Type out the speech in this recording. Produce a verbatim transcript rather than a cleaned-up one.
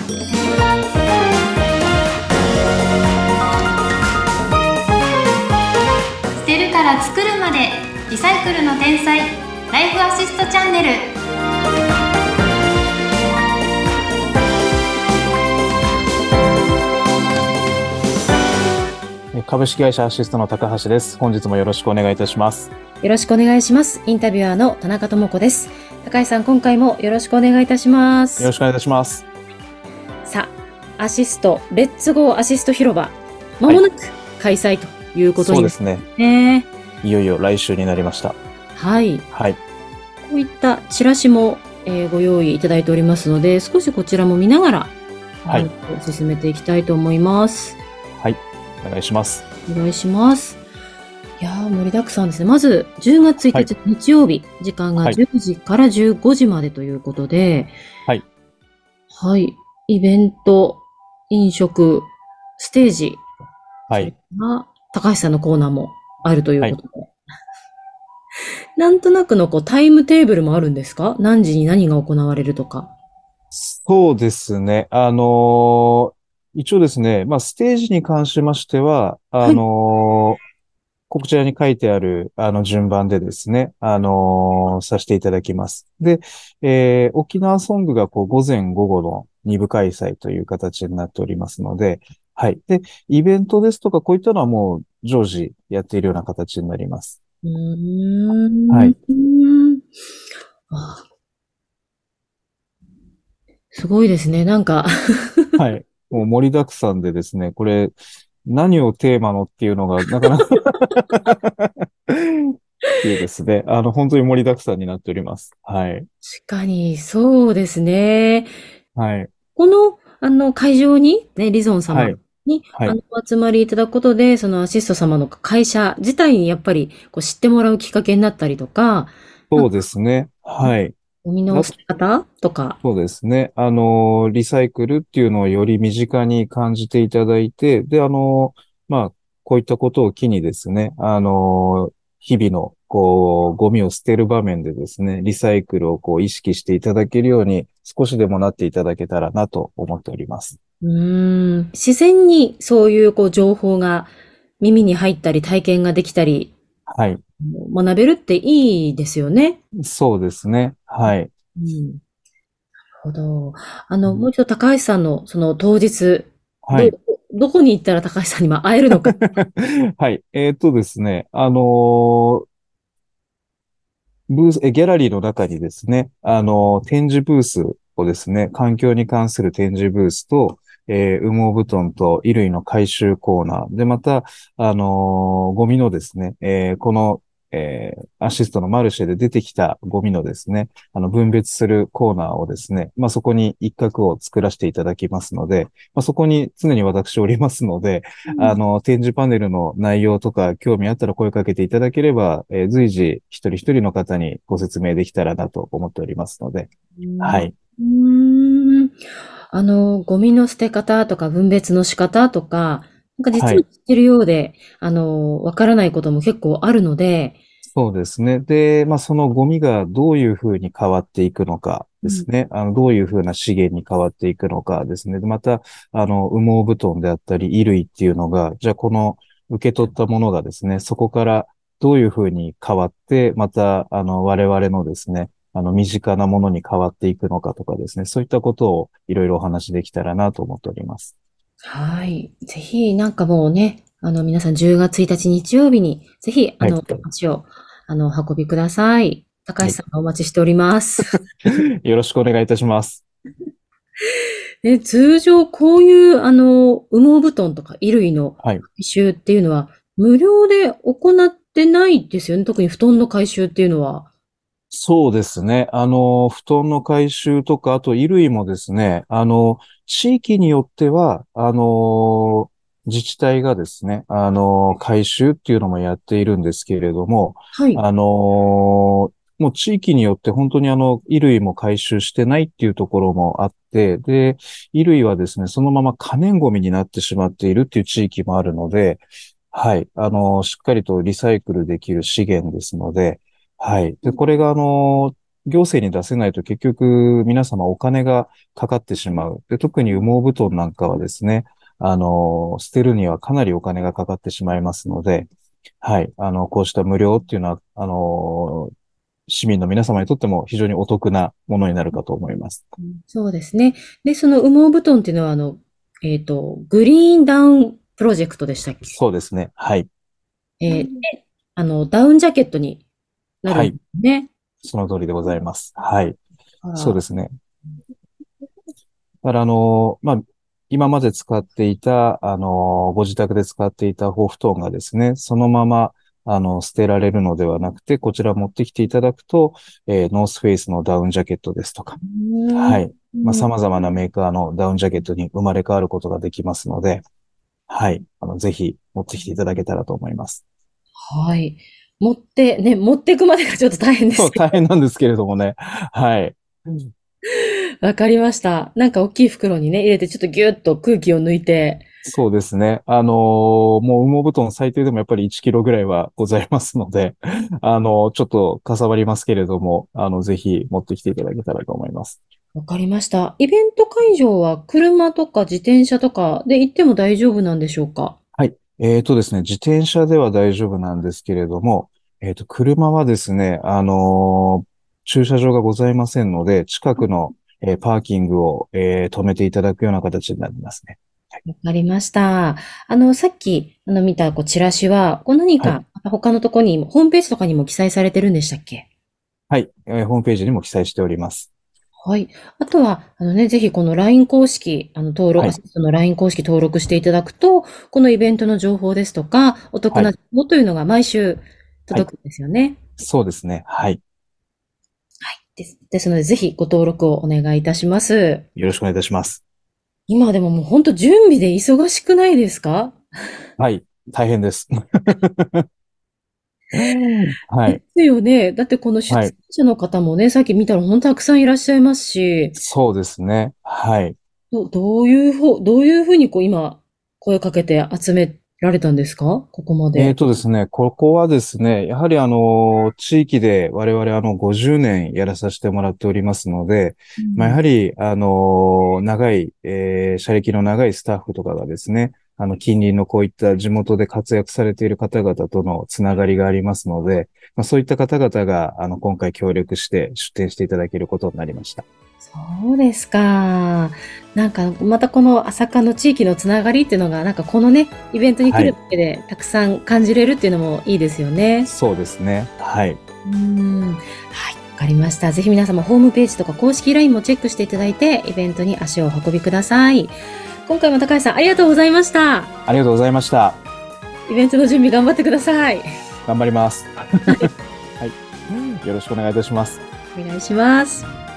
捨てるから作るまで、リサイクルの天才、ライフアシストチャンネル。 株式会社アシストの高橋です。本日もよろしくお願いいたします。 よろしくお願いします。インタビュアーの田中智子です。高橋さん、今回もよろしくお願いいたします。 よろしくお願いいたします。 さあ、アシストレッツゴーアシスト広場、まもなく開催ということに、 そうですね。 ね、 いよいよ来週になりました。 はい。 はい。 こういったチラシも、えー、ご用意いただいておりますので、少しこちらも見ながら、 はい、 進めていきたいと思います。 はい。お願いします。 お願いします。いやー、盛りだくさんですね。まず、じゅうがつついたち、はい、日曜日、時間がじゅうじからじゅうごじまでということで、 はい。 はい。イベント、飲食、ステージ、 はい。 高橋さんのコーナーもあるということで。はい、なんとなくのこうタイムテーブルもあるんですか？何時に何が行われるとか。 そうですね。あのー、一応ですね、まあ、ステージに関しましては、あのー、はい、こちらに書いてある、あの、順番でですね、あのー、させていただきます。で、えー、沖縄ソングが、こう、午前午後のに部開催という形になっておりますので、はい。で、イベントですとか、こういったのはもう、常時やっているような形になります。 うーん。 はい。 あ、すごいですね、なんか。 はい。もう盛りだくさんでですね、これ、何をテーマのっていうのが、なかなかいいですね。あの、本当に盛りだくさんになっております。はい。 確かに、そうですね。 はい。 この、あの、会場に、ね、リゾン様に、 はいはい、 あの、お集まりいただくことで、そのアシスト様の会社自体にやっぱり、こう、知ってもらうきっかけになったりとか。 そうですね。はい。 ゴミの捨て方とか。 そうですね。あの、リサイクルっていうのをより身近に感じていただいて、で、あの、まあ、こういったことを機にですね、あの、日々の、こう、ゴミを捨てる場面でですね、リサイクルをこう意識していただけるように、少しでもなっていただけたらなと思っております。 うーん。自然にそういう、こう、情報が耳に入ったり、体験ができたり、 はい。 学べるっていいですよね。 そうですね。はい。 うん。なるほど。あの、もう一度高橋さんのその当日、 はい。 ど、どこに行ったら高橋さんにも会えるのか。 はい。えーっとですね、あのー、ブース、え、ギャラリーの中にですね、あのー、展示ブースをですね、環境に関する展示ブースと、えー羽毛布団と衣類の回収コーナー。で、また、あのーゴミのですね、えーこの、えーアシストのマルシェで出てきたゴミのですね、あの、分別するコーナーをですね、まあ、そこに一角を作らせていただきますので、まあ、そこに常に私おりますので、あの、展示パネルの内容とか興味あったら声かけていただければ、えー随時一人一人の方にご説明できたらなと思っておりますので、はい。 うーん。あの、ゴミの捨て方とか分別の仕方とか、なんか実は知はい。 ってるようで、あの、わからないことも結構あるので、 そうですね。で、まあ、そのゴミがどういうふうに変わっていくのかうん、 ですね。あの、どういうふうな資源に変わっていくのかですね。でまた、あの、羽毛布団であったり、衣類っていうのが、じゃあこの受け取ったものがですね、そこからどういうふうに変わって、また、あの、我々のですね、あの、身近なものに変わっていくのかとかですね、そういったことをいろいろお話しできたらなと思っております。 はい。ぜひ、なんかもうね、あの、皆さんじゅうがつついたち日曜日に、ぜひ、あはい。 の、足を、あの、お運びください。高はい。 橋さんがお待ちしております。 よろしくお願いいたします。 で、通常、こういう、あの、羽毛布団とか衣類のはい。 回収っていうのは、無料で行ってないですよね。特に布団の回収っていうのは。 そうですね。あの、布団の回収とか、あと衣類もですね、あの、地域によっては、あの、自治体がですね、あの、回収っていうのもやっているんですけれども、 はい。 あの、もう地域によって本当にあの、衣類も回収してないっていうところもあって、で、衣類はですね、そのまま可燃ゴミになってしまっているっていう地域もあるので、はい、あの、しっかりとリサイクルできる資源ですので、はい。で、これがあの、 行政に出せないと結局皆様お金がかかってしまう。で、特に羽毛布団なんかはですね、あの、捨てるにはかなりお金がかかってしまいますので、はい、あの、こうした無料っていうのは、あの、市民の皆様にとっても非常にお得なものになるかと思います。 そうですね。で、その羽毛布団っていうのは、あの、えっと、グリーンダウンプロジェクトでしたっけ？ そうですね。はい。 えーで、あの、ダウンジャケットになるんではい。 すね。 その通りでございます。はい。 あら、 そうですね。だからあの、まあ、今まで使っていた、あの、ご自宅で使っていた羽布団がですね、そのまま、あの、捨てられるのではなくて、こちら持ってきていただくと、えーノースフェイスのダウンジャケットですとか、 うーん。 はい。まあ、様々なメーカーのダウンジャケットに生まれ変わることができますので、はい。あの、ぜひ持ってきていただけたらと思います。 はい。持って、ね、持っていくまでがちょっと大変でそう、 すけど。 大変なんですけれどもね。はい。 わかりました。なんか大きい袋にね、入れてちょっとギュッと空気を抜いて。 そうですね。あのーもう羽毛布団最低でもやっぱりいちキロぐらいはございますので、あのーちょっとかさばりますけれども、あの、ぜひ持ってきていただけたらと思います。 わかりました。イベント会場は車とか自転車とかで行っても大丈夫なんでしょうか？ はい。えーとですね、自転車では大丈夫なんですけれども、えーと、車はですね、あのー駐車場がございませんので、近くの、えーパーキングを、えー止めていただくような形になりますね。 わかりました。あの、さっき、あの、見た、こう、チラシは、こう、何はい。 か、また他のとこにも、ホームページとかにも記載されてるんでしたっけ？ はい。えーホームページにも記載しております。 はい。あとは、あのね、ぜひこの ライン 公式、あの、登録、アはい。 シストの ライン 公式登録していただくと、このイベントの情報ですとか、お得はい。 な情報というのが毎週はい。 届くんですよね。 そうですね。はい。 です。ですので、ぜひご登録をお願いいたします。 よろしくお願いいたします。 今でももう本当準備で忙しくないですか？ はい。大変です。はでい。 すよね。だってこの出はい。 演者の方もね、さっき見たら本当たくさんいらっしゃいますし、 そうですね。はい。 ど、どういうふう、どういうふうにこう今、声かけて集められたんですか？ここまえーで。 とですね、ここはですね、やはりあの、地域で我々あの、ごじゅうねんやらさせてもらっておりますので、まあ、やうん。 はり、あの、長い、えー、社歴の長いスタッフとかがですね、あの、近隣のこういった地元で活躍されている方々とのつながりがありますので、まあ、そういった方々が、あの、今回協力して出展していただけることになりました。 そうですか。なんか、またこの朝霞の地域のつながりっていうのが、なんかこのね、イベントに来はい。 るだけでたくさん感じれるっていうのもいいですよね。 そうですね。はい。 うーん。はい、わかりました。ぜひ皆様ホームページとか公式 ライン もチェックしていただいて、イベントに足をお運びください。今回も高橋さんありがとうございました。 ありがとうございました。 イベントの準備頑張ってください。 頑張ります。はい。よろしくお願いいたします。 お願いします。